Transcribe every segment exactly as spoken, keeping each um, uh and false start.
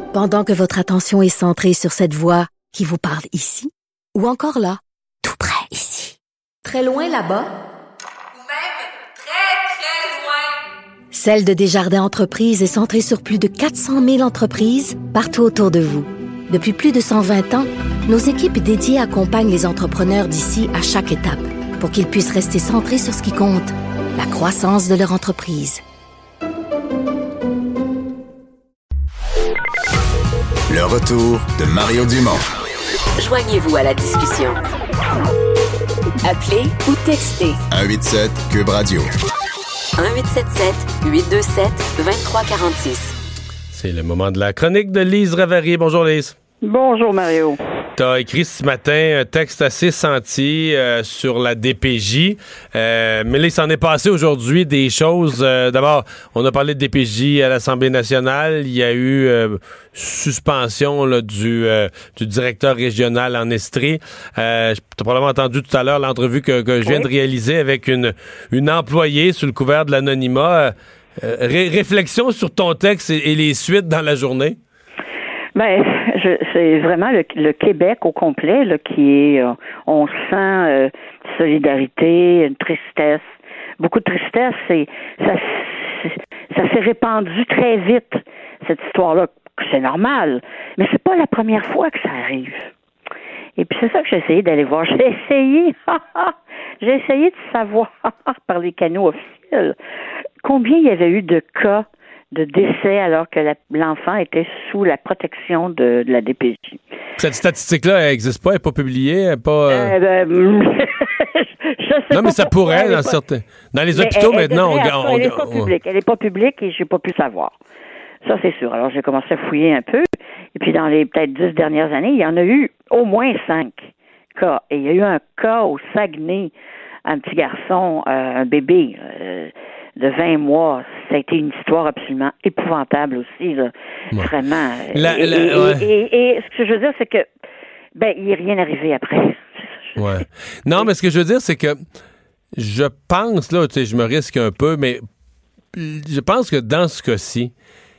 Pendant que votre attention est centrée sur cette voix qui vous parle ici, ou encore là, tout près ici, très loin là-bas, ou même très, très loin. Celle de Desjardins Entreprises est centrée sur plus de quatre cent mille entreprises partout autour de vous. Depuis plus de cent vingt ans, nos équipes dédiées accompagnent les entrepreneurs d'ici à chaque étape pour qu'ils puissent rester centrés sur ce qui compte, la croissance de leur entreprise. Le retour de Mario Dumont. Joignez-vous à la discussion. Appelez ou textez. un huit sept Cube Radio. un huit sept sept huit deux sept deux trois quatre six. C'est le moment de la chronique de Lise Ravary. Bonjour Lise. Bonjour Mario. Tu as écrit ce matin un texte assez senti euh, sur la D P J. Euh, mais là, il s'en est passé aujourd'hui des choses. Euh, d'abord, on a parlé de D P J à l'Assemblée nationale. Il y a eu euh, suspension là, du, euh, du directeur régional en Estrie. Euh, tu as probablement entendu tout à l'heure l'entrevue que, que je viens oui. de réaliser avec une, une employée sous le couvert de l'anonymat. Euh, ré- réflexion sur ton texte et, et les suites dans la journée? Ben, je, c'est vraiment le, le Québec au complet là, qui est, euh, on sent euh, solidarité, une tristesse, beaucoup de tristesse. Et ça, ça s'est répandu très vite cette histoire-là. C'est normal, mais c'est pas la première fois que ça arrive. Et puis c'est ça que j'ai essayé d'aller voir. J'ai essayé, j'ai essayé de savoir par les canaux officiels combien il y avait eu de cas de décès alors que la, l'enfant était sous la protection de, de la D P J. Cette statistique-là, elle n'existe pas, elle n'est pas publiée, elle n'est pas... Euh... Euh, ben, je sais non, mais ça pourrait, dans pas... certains... Dans les hôpitaux, elle, elle maintenant, on... Elle n'est pas publique, elle n'est pas publique et je n'ai pas pu savoir. Ça, c'est sûr. Alors, j'ai commencé à fouiller un peu. Et puis, dans les peut-être dix dernières années, il y en a eu au moins cinq cas. Et il y a eu un cas au Saguenay, un petit garçon, euh, un bébé... Euh, de vingt mois, ça a été une histoire absolument épouvantable aussi, là. Ouais. Vraiment. La, et, la, et, ouais. et, et, et ce que je veux dire, c'est que, ben, il n'est rien arrivé après. Ouais. Non, mais ce que je veux dire, c'est que je pense, là, tu sais, je me risque un peu, mais je pense que dans ce cas-ci,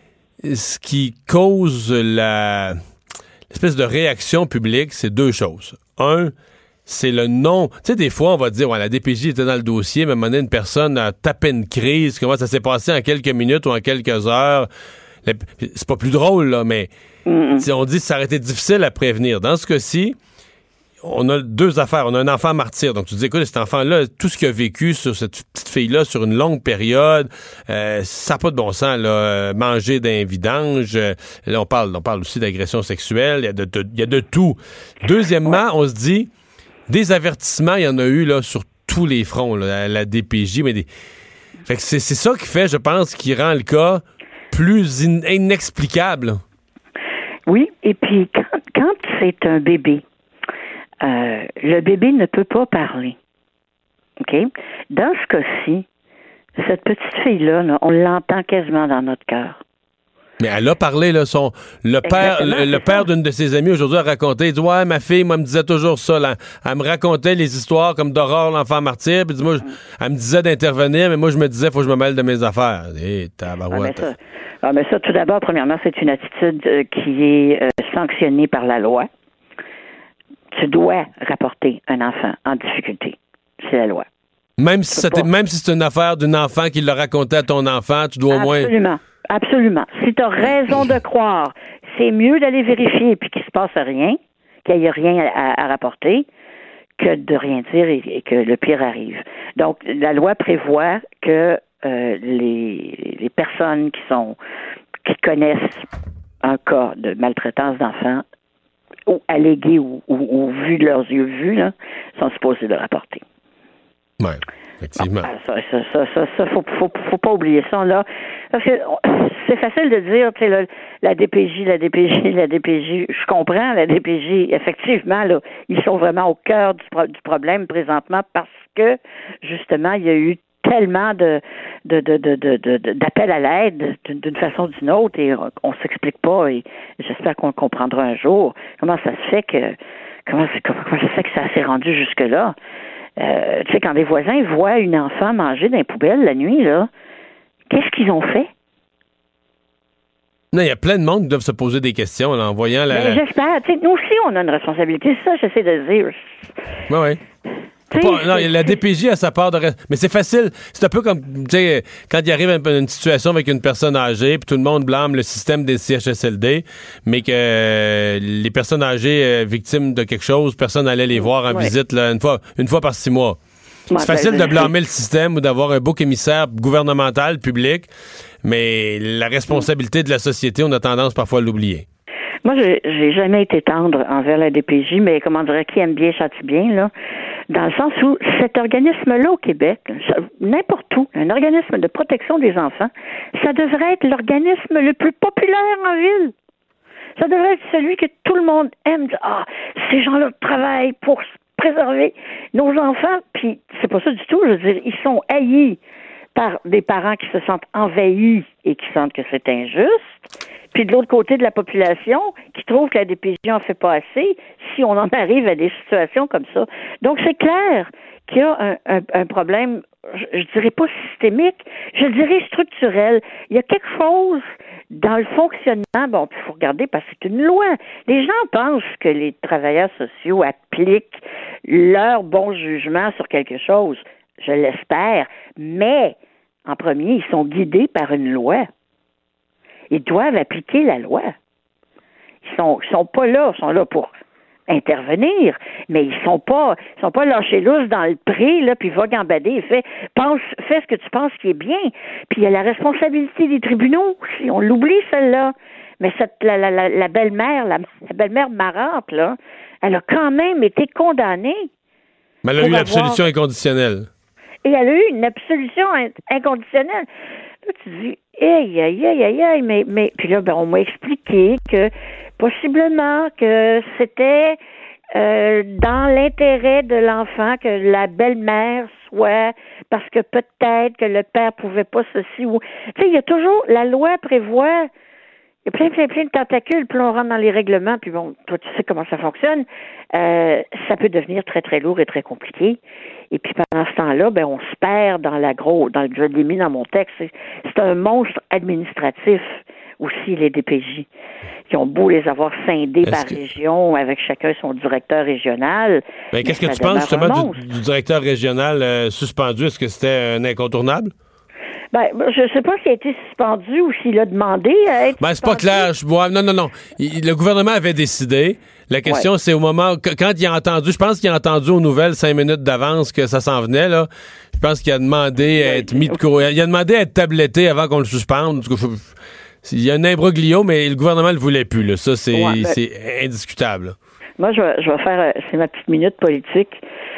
ce qui cause la, l'espèce de réaction publique, c'est deux choses. Un, c'est le nom. Tu sais, des fois, on va dire, ouais, la D P J était dans le dossier, mais à un moment donné, une personne a tapé une crise. Comment ça s'est passé en quelques minutes ou en quelques heures? C'est pas plus drôle, là, mais mm-hmm. on dit que ça aurait été difficile à prévenir. Dans ce cas-ci, on a deux affaires. On a un enfant martyr. Donc, tu dis, écoute, cet enfant-là, tout ce qu'il a vécu sur cette petite fille-là sur une longue période, euh, ça n'a pas de bon sens, là. Manger d'un vidange. Euh, là, on parle, on parle aussi d'agression sexuelle. Il y a de, de, il y a de tout. Deuxièmement, on se dit, des avertissements, il y en a eu là, sur tous les fronts, là, à la D P J. Mais des... fait que c'est, c'est ça qui fait, je pense, qui rend le cas plus in- inexplicable. Oui, et puis quand, quand c'est un bébé, euh, le bébé ne peut pas parler. OK? Dans ce cas-ci, cette petite fille-là, là, on l'entend quasiment dans notre cœur. Mais elle a parlé, là, son, le père, le, le père d'une de ses amies aujourd'hui a raconté, il dit, ouais, ma fille, moi, elle me disait toujours ça, là. Elle me racontait les histoires comme d'Aurore, l'enfant martyr, puis moi, elle me disait d'intervenir, mais moi, je me disais, faut que je me mêle de mes affaires. Et tabarouette. Ah, mais ça, ah, mais ça, tout d'abord, premièrement, c'est une attitude euh, qui est euh, sanctionnée par la loi. Tu dois rapporter un enfant en difficulté. C'est la loi. Même si, c'était, même si c'est une affaire d'un enfant qui l'a raconté à ton enfant, tu dois au moins... Absolument. Absolument. Si tu as raison de croire, c'est mieux d'aller vérifier puis qu'il se passe rien, qu'il n'y ait rien à, à rapporter, que de rien dire et, et que le pire arrive. Donc, la loi prévoit que euh, les, les personnes qui sont qui connaissent un cas de maltraitance d'enfants, ou allégués ou, ou, ou vu de leurs yeux vus, là, sont supposés le rapporter. Oui. Effectivement. Bon, ça, ça, ça, ça, ça faut, faut, faut pas oublier ça, là. Parce que c'est facile de dire, tu sais, là, la D P J, la D P J, la D P J. Je comprends, la D P J, effectivement, là, ils sont vraiment au cœur du, pro- du problème présentement parce que, justement, il y a eu tellement de, de, de, de, de, de d'appels à l'aide d'une, d'une façon ou d'une autre et on s'explique pas et j'espère qu'on le comprendra un jour. Comment ça se fait que, comment, comment, comment ça se fait que ça s'est rendu jusque-là? Euh, tu sais, quand des voisins voient une enfant manger dans les poubelles la nuit, là, qu'est-ce qu'ils ont fait? Non, il y a plein de monde qui doivent se poser des questions là, en voyant la... Mais j'espère. Tu sais, nous aussi, on a une responsabilité. C'est ça, j'essaie de dire. Oui, oui. Pas, non, la D P J a sa part de... Mais c'est facile. C'est un peu comme, tu sais, quand il arrive une, une situation avec une personne âgée, puis tout le monde blâme le système des C H S L D, mais que euh, les personnes âgées euh, victimes de quelque chose, personne n'allait les voir en ouais. visite là, une fois une fois par six mois. Ouais, c'est facile ben, de blâmer le système ou d'avoir un bouc émissaire gouvernemental, public, mais la responsabilité de la société, on a tendance parfois à l'oublier. Moi, j'ai, j'ai jamais été tendre envers la D P J, mais comment dirait, qui aime bien châtie bien, là, dans le sens où cet organisme-là au Québec, n'importe où, un organisme de protection des enfants, ça devrait être l'organisme le plus populaire en ville. Ça devrait être celui que tout le monde aime. Ah, ces gens-là travaillent pour préserver nos enfants, puis c'est pas ça du tout. Je veux dire, ils sont haïs par des parents qui se sentent envahis et qui sentent que c'est injuste. Puis de l'autre côté de la population, qui trouve que la D P J en fait pas assez, si on en arrive à des situations comme ça. Donc c'est clair qu'il y a un, un, un problème, je, je dirais pas systémique, je dirais structurel. Il y a quelque chose dans le fonctionnement, bon, il faut regarder parce que c'est une loi. Les gens pensent que les travailleurs sociaux appliquent leur bon jugement sur quelque chose. Je l'espère, mais en premier, ils sont guidés par une loi. Ils doivent appliquer la loi. Ils sont, ils sont pas là, ils sont là pour intervenir, mais ils sont pas, ils sont pas lâchés lousses dans le pré, là, puis va gambader et fait, pense, fais ce que tu penses qui est bien. Puis il y a la responsabilité des tribunaux, si on l'oublie celle-là. Mais cette, la, la, la, la belle-mère, la, la belle-mère Marante, là, elle a quand même été condamnée. Mais elle a eu l'absolution inconditionnelle. Et elle a eu une absolution inconditionnelle. Là, tu dis, aïe, aïe, aïe, aïe, aïe, mais, mais, puis là, ben, on m'a expliqué que, possiblement, que c'était, euh, dans l'intérêt de l'enfant que la belle-mère soit, parce que peut-être que le père pouvait pas ceci ou, tu sais, il y a toujours, la loi prévoit, il y a plein, plein, plein de tentacules, puis on rentre dans les règlements, puis bon, toi, tu sais comment ça fonctionne, euh, ça peut devenir très, très lourd et très compliqué. Et puis pendant ce temps-là, ben on se perd dans la gros, dans le je l'ai mis dans mon texte. C'est, c'est un monstre administratif aussi, les D P J, qui ont beau les avoir scindés Est-ce par que... région, avec chacun son directeur régional. Ben, qu'est-ce que tu penses justement du, du directeur régional euh, suspendu? Est-ce que c'était un incontournable? Ben, je sais pas s'il a été suspendu ou s'il a demandé à être ben, c'est suspendu. Pas clair. Je, ouais, non, non, non. Il, le gouvernement avait décidé. La question, ouais. c'est au moment... Quand il a entendu... Je pense qu'il a entendu aux nouvelles cinq minutes d'avance que ça s'en venait, là. Je pense qu'il a demandé à être mis de côté. Il a demandé à être tabletté avant qu'on le suspende. Il y a un imbroglio, mais le gouvernement ne le voulait plus, là. Ça, c'est, ouais, ben, c'est indiscutable. Moi, je vais, je vais faire... C'est ma petite minute politique.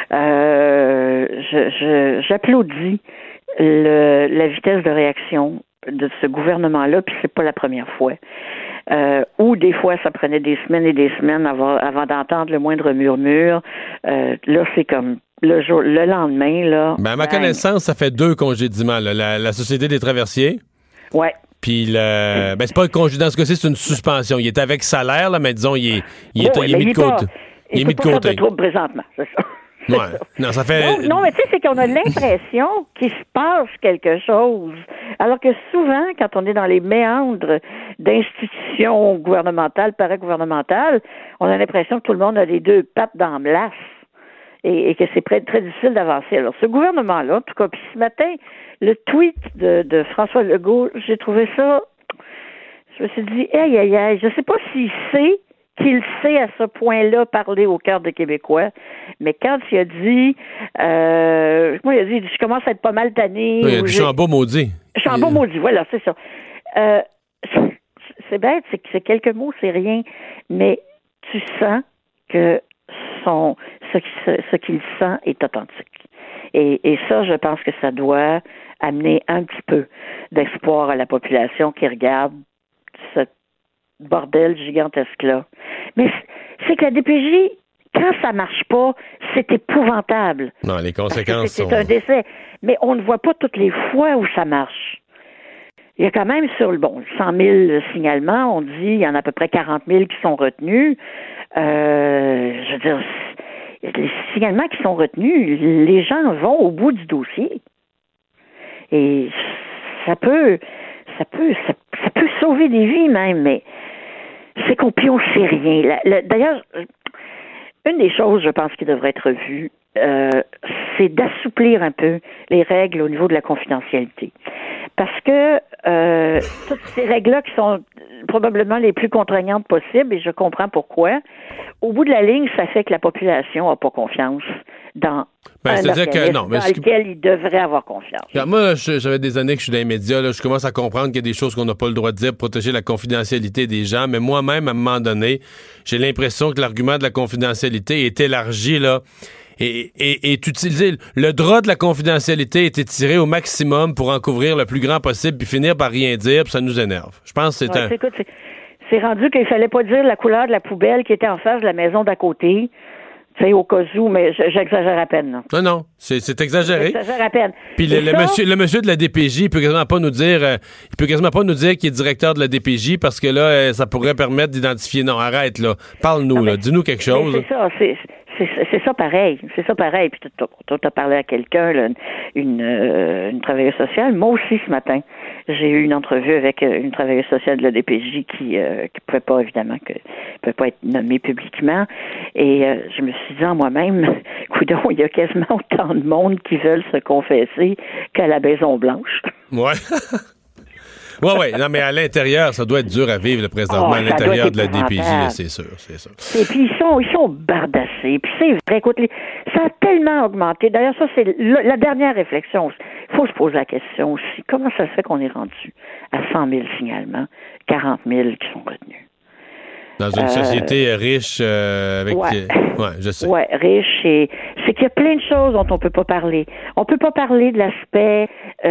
Euh, je, je, j'applaudis Le, la vitesse de réaction de ce gouvernement-là, puis c'est pas la première fois. Euh, ou des fois, ça prenait des semaines et des semaines avant, avant d'entendre le moindre murmure. Euh, là, c'est comme le jour, le lendemain, là. Ben, à ma connaissance, ça fait deux congédiements, là. La, la Société des traversiers. Ouais. Puis le, ben, c'est pas un congé, dans ce cas-ci, c'est une suspension. Il est avec salaire, là, mais disons, il est, il est, ouais, il est mis de côté. Il, il est mis de côté. Il de trouble présentement, c'est ça. Ouais. Non, ça fait... non, non, mais tu sais, c'est qu'on a l'impression qu'il se passe quelque chose. Alors que souvent, quand on est dans les méandres d'institutions gouvernementales, paragouvernementales, on a l'impression que tout le monde a les deux pattes dans le lasse et, et que c'est très, très difficile d'avancer. Alors, ce gouvernement-là, en tout cas, puis ce matin, le tweet de, de François Legault, j'ai trouvé ça... Je me suis dit, aïe, aïe, aïe, je sais pas s'il sait qu'il sait à ce point-là parler au cœur des Québécois, mais quand il a dit, euh, moi il a dit, je commence à être pas mal tanné. Oui, il a dit, je suis en beau maudit. Je suis en beau maudit, voilà, c'est ça. Euh, c'est, c'est bête, c'est que c'est quelques mots, c'est rien, mais tu sens que son, ce, ce, ce qu'il sent est authentique. Et, et ça, je pense que ça doit amener un petit peu d'espoir à la population qui regarde ce bordel gigantesque-là. Mais c'est que la D P J, quand ça marche pas, c'est épouvantable. Non, les conséquences c'est, sont... C'est un décès. Mais on ne voit pas toutes les fois où ça marche. Il y a quand même sur le bon cent mille signalements, on dit il y en a à peu près quarante mille qui sont retenus. Euh, je veux dire, les signalements qui sont retenus, les gens vont au bout du dossier. Et ça peut... ça peut, ça, ça peut sauver des vies même, mais c'est qu'on puis on sait rien. La, la, d'ailleurs, une des choses, je pense, qui devrait être vue, euh, c'est d'assouplir un peu les règles au niveau de la confidentialité. Parce que euh, toutes ces règles-là qui sont probablement les plus contraignantes possibles, et je comprends pourquoi, au bout de la ligne, ça fait que la population n'a pas confiance dans ben, un organisme que, non, mais dans lequel il devrait avoir confiance. Là, moi, je, j'avais des années que je suis dans les médias, là, je commence à comprendre qu'il y a des choses qu'on n'a pas le droit de dire pour protéger la confidentialité des gens, mais moi-même, à un moment donné, j'ai l'impression que l'argument de la confidentialité est élargi, là, et, et, est utilisé. Le drap de la confidentialité est étiré au maximum pour en couvrir le plus grand possible, puis finir par rien dire, puis ça nous énerve. Je pense que c'est ouais, un... Écoute, c'est, c'est rendu qu'il fallait pas dire la couleur de la poubelle qui était en face de la maison d'à côté. Tu sais, au cas où, mais j'exagère à peine. Là. Non, non, c'est, c'est exagéré. J'exagère à peine. Puis le, le, ça, monsieur, le monsieur de la D P J, il peut quasiment pas nous dire, euh, il peut quasiment pas nous dire qu'il est directeur de la D P J parce que là, euh, ça pourrait permettre d'identifier. Non, arrête là, parle-nous non, là, dis-nous quelque chose. C'est ça, c'est, c'est, c'est ça pareil, c'est ça pareil. Puis tu as parlé à quelqu'un, là, une, euh, une travailleuse sociale. Moi aussi ce matin, j'ai eu une entrevue avec une travailleuse sociale de la D P J qui euh, qui pouvait pas évidemment que pouvait pas être nommée publiquement. Et euh, je me suis dit en moi-même, coudonc, il y a quasiment autant de monde qui veulent se confesser qu'à la Maison Blanche. Ouais. Oui, oui. Non, mais à l'intérieur, ça doit être dur à vivre, le présentement, oh, à l'intérieur de la D P J, là, c'est sûr, c'est sûr. Et puis, ils sont, ils sont bardassés. Puis, c'est vrai, écoute, les, ça a tellement augmenté. D'ailleurs, ça, c'est le, la dernière réflexion. Il faut se poser la question aussi. Comment ça se fait qu'on est rendu à cent mille signalements, quarante mille qui sont retenus? Dans une euh, société riche euh, avec... Ouais. ouais, je sais. Ouais, riche et... C'est qu'il y a plein de choses dont on peut pas parler. On peut pas parler de l'aspect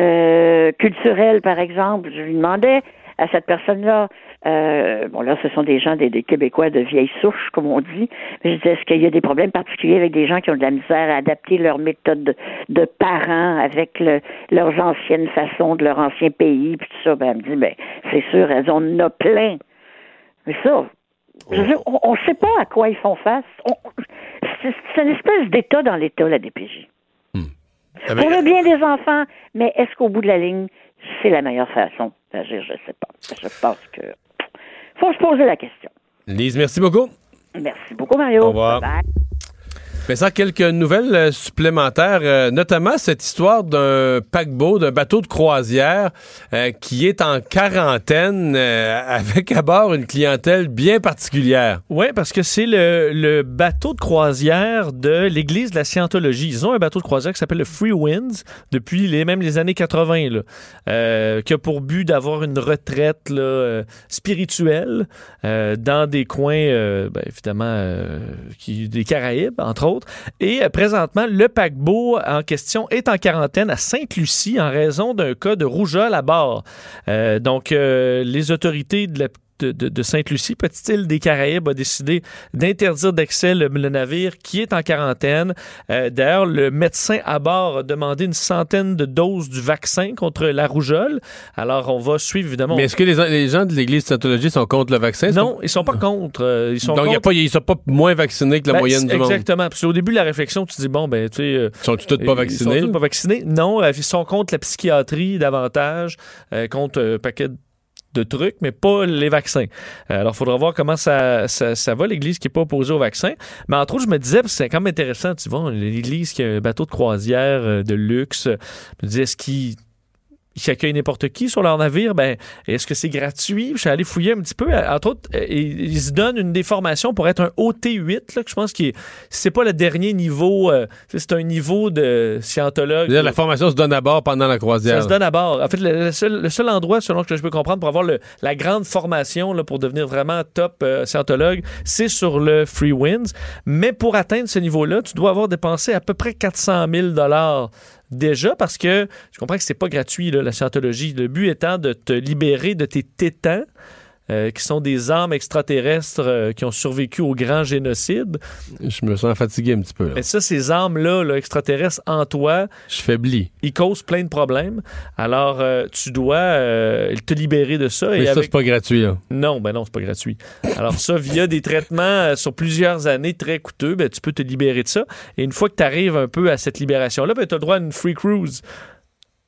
euh, culturel, par exemple. Je lui demandais à cette personne-là, euh, bon là, ce sont des gens, des, des Québécois de vieille souche, comme on dit, mais je disais, est-ce qu'il y a des problèmes particuliers avec des gens qui ont de la misère à adapter leur méthode de, de parents avec le, leurs anciennes façons de leur ancien pays, puis tout ça? Ben, elle me dit, ben, c'est sûr, elles en ont plein. Mais ça... Je veux dire, on ne sait pas à quoi ils font face. On, c'est, c'est une espèce d'état dans l'état, la D P J. Hmm. Ah ben, pour le bien des enfants, mais est-ce qu'au bout de la ligne, c'est la meilleure façon d'agir? Je ne sais pas. Je pense que faut se poser la question. Lise, merci beaucoup. Merci beaucoup, Mario. Au revoir. Bye-bye. Mais ça, quelques nouvelles euh, supplémentaires, euh, notamment cette histoire d'un paquebot, d'un bateau de croisière euh, qui est en quarantaine euh, avec à bord une clientèle bien particulière. Oui, parce que c'est le, le bateau de croisière de l'Église de la Scientologie. Ils ont un bateau de croisière qui s'appelle le Free Winds depuis les, même les années quatre-vingts, là, euh, qui a pour but d'avoir une retraite là, euh, spirituelle euh, dans des coins, euh, ben, évidemment, euh, qui, des Caraïbes, entre autres. Et euh, présentement, le paquebot en question est en quarantaine à Sainte-Lucie en raison d'un cas de rougeole à bord. Euh, donc, euh, les autorités de la De, de, de Sainte-Lucie, petite île des Caraïbes, a décidé d'interdire d'accès le, le navire qui est en quarantaine. Euh, d'ailleurs, le médecin à bord a demandé une centaine de doses du vaccin contre la rougeole. Alors, on va suivre, évidemment... Mais est-ce que les, les gens de l'Église de Scientologie sont contre le vaccin? Non, ils sont pas contre. Ils sont Donc, contre... Y a pas, ils sont pas moins vaccinés que la ben, moyenne du exactement. monde? Exactement. Parce qu'au début de la réflexion, tu te dis, bon, ben, tu sais... Ils sont tous pas vaccinés? Ils sont tous pas vaccinés. Non, ils sont contre la psychiatrie davantage, euh, contre un paquet de de trucs, mais pas les vaccins. Alors, il faudra voir comment ça, ça, ça va, l'Église qui n'est pas opposée au vaccin. Mais entre autres, je me disais, parce que c'est quand même intéressant, tu vois, l'Église qui a un bateau de croisière de luxe, je me disais, est-ce qu'ils qui accueillent n'importe qui sur leur navire, ben, est-ce que c'est gratuit? Je suis allé fouiller un petit peu. Entre autres, ils se donnent une des formations pour être un O T huit, là, que je pense que c'est pas le dernier niveau, euh, c'est un niveau de scientologue. C'est-à-dire, la formation se donne à bord pendant la croisière. Ça se donne à bord. En fait, le, le, seul, le seul endroit, selon ce que je peux comprendre, pour avoir le, la grande formation, là, pour devenir vraiment top euh, scientologue, c'est sur le Free Winds. Mais pour atteindre ce niveau-là, tu dois avoir dépensé à peu près quatre cent mille dollars déjà, parce que je comprends que c'est pas gratuit, là, la scientologie. Le but étant de te libérer de tes tétans, euh, qui sont des âmes extraterrestres euh, qui ont survécu au grand génocide. Je me sens fatigué un petit peu. Là. Mais ça, ces âmes-là, là, extraterrestres en toi, je faiblis. Ils causent plein de problèmes. Alors, euh, tu dois euh, te libérer de ça. Mais et ça, avec... c'est pas gratuit. Là. Non, ben non, c'est pas gratuit. Alors ça, via des traitements euh, sur plusieurs années très coûteux, ben, tu peux te libérer de ça. Et une fois que tu arrives un peu à cette libération-là, ben, tu as le droit à une free cruise.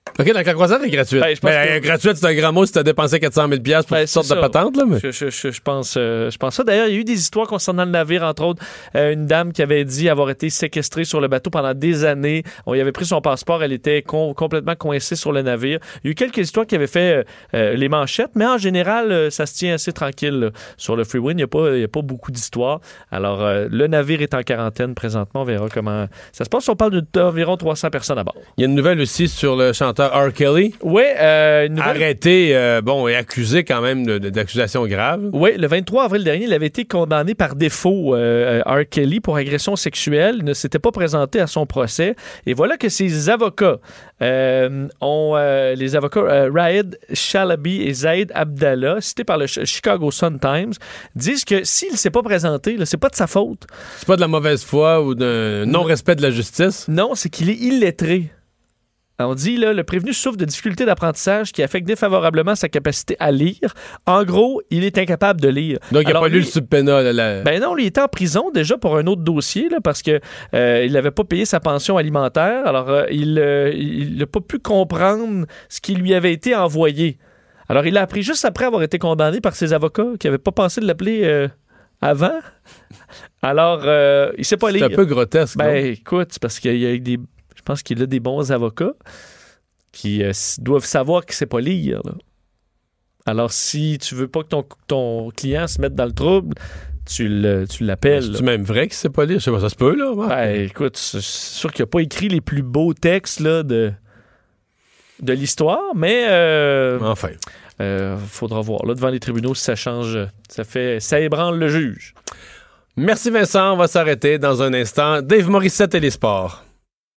OK, donc la croisière est gratuite. Ben, je pense ben, que... gratuite, c'est un grand mot si t'as dépensé quatre cent mille dollars pour ben, toutes sortes ça. de patentes. Là, mais... je, je, je, je, pense, euh, je pense ça. D'ailleurs, il y a eu des histoires concernant le navire, entre autres. Euh, une dame qui avait dit avoir été séquestrée sur le bateau pendant des années. On y avait pris son passeport. Elle était con, complètement coincée sur le navire. Il y a eu quelques histoires qui avaient fait euh, les manchettes, mais en général, euh, ça se tient assez tranquille là, sur le Freewind. Il n'y a pas, il y a pas beaucoup d'histoires. Alors, euh, le navire est en quarantaine présentement. On verra comment ça se passe. On parle d'environ trois cents personnes à bord. Il y a une nouvelle aussi sur le chanteur R. Kelly. Oui, euh, une nouvelle... Arrêté, euh, bon, et accusé quand même de, de, d'accusations graves. Oui, le vingt-trois avril dernier, il avait été condamné par défaut, euh, R. Kelly, pour agression sexuelle. Il ne s'était pas présenté à son procès. Et voilà que ses avocats euh, ont, euh, les avocats euh, Raed Shalaby et Zaid Abdallah, cités par le Chicago Sun-Times, disent que s'il ne s'est pas présenté, là, c'est pas de sa faute. C'est pas de la mauvaise foi ou d'un non-respect de la justice? Non, c'est qu'il est illettré. On dit, là, le prévenu souffre de difficultés d'apprentissage qui affectent défavorablement sa capacité à lire. En gros, il est incapable de lire. Donc, il n'a pas lui, lu le subpénal. La... Ben non, lui, il était en prison déjà pour un autre dossier, là, parce que euh, il n'avait pas payé sa pension alimentaire. Alors, euh, il n'a euh, pas pu comprendre ce qui lui avait été envoyé. Alors, il l'a appris juste après avoir été condamné par ses avocats qui n'avaient pas pensé de l'appeler euh, avant. Alors, euh, il ne sait pas lire. C'est un peu grotesque, Ben, non? écoute, c'est parce qu'il y a des... Je pense qu'il a des bons avocats qui euh, doivent savoir qu'il ne sait pas lire. Là. Alors, si tu veux pas que ton, ton client se mette dans le trouble, tu, le, tu l'appelles. C'est-tu même vrai qu'il ne sait pas lire? Je sais pas, ça se peut, là. Ben, écoute, c'est sûr qu'il n'a pas écrit les plus beaux textes là, de, de l'histoire, mais... Euh, enfin. Euh, faudra voir. Là, devant les tribunaux, si ça change, ça fait... ça ébranle le juge. Merci Vincent, on va s'arrêter dans un instant. Dave Morissette et les sports.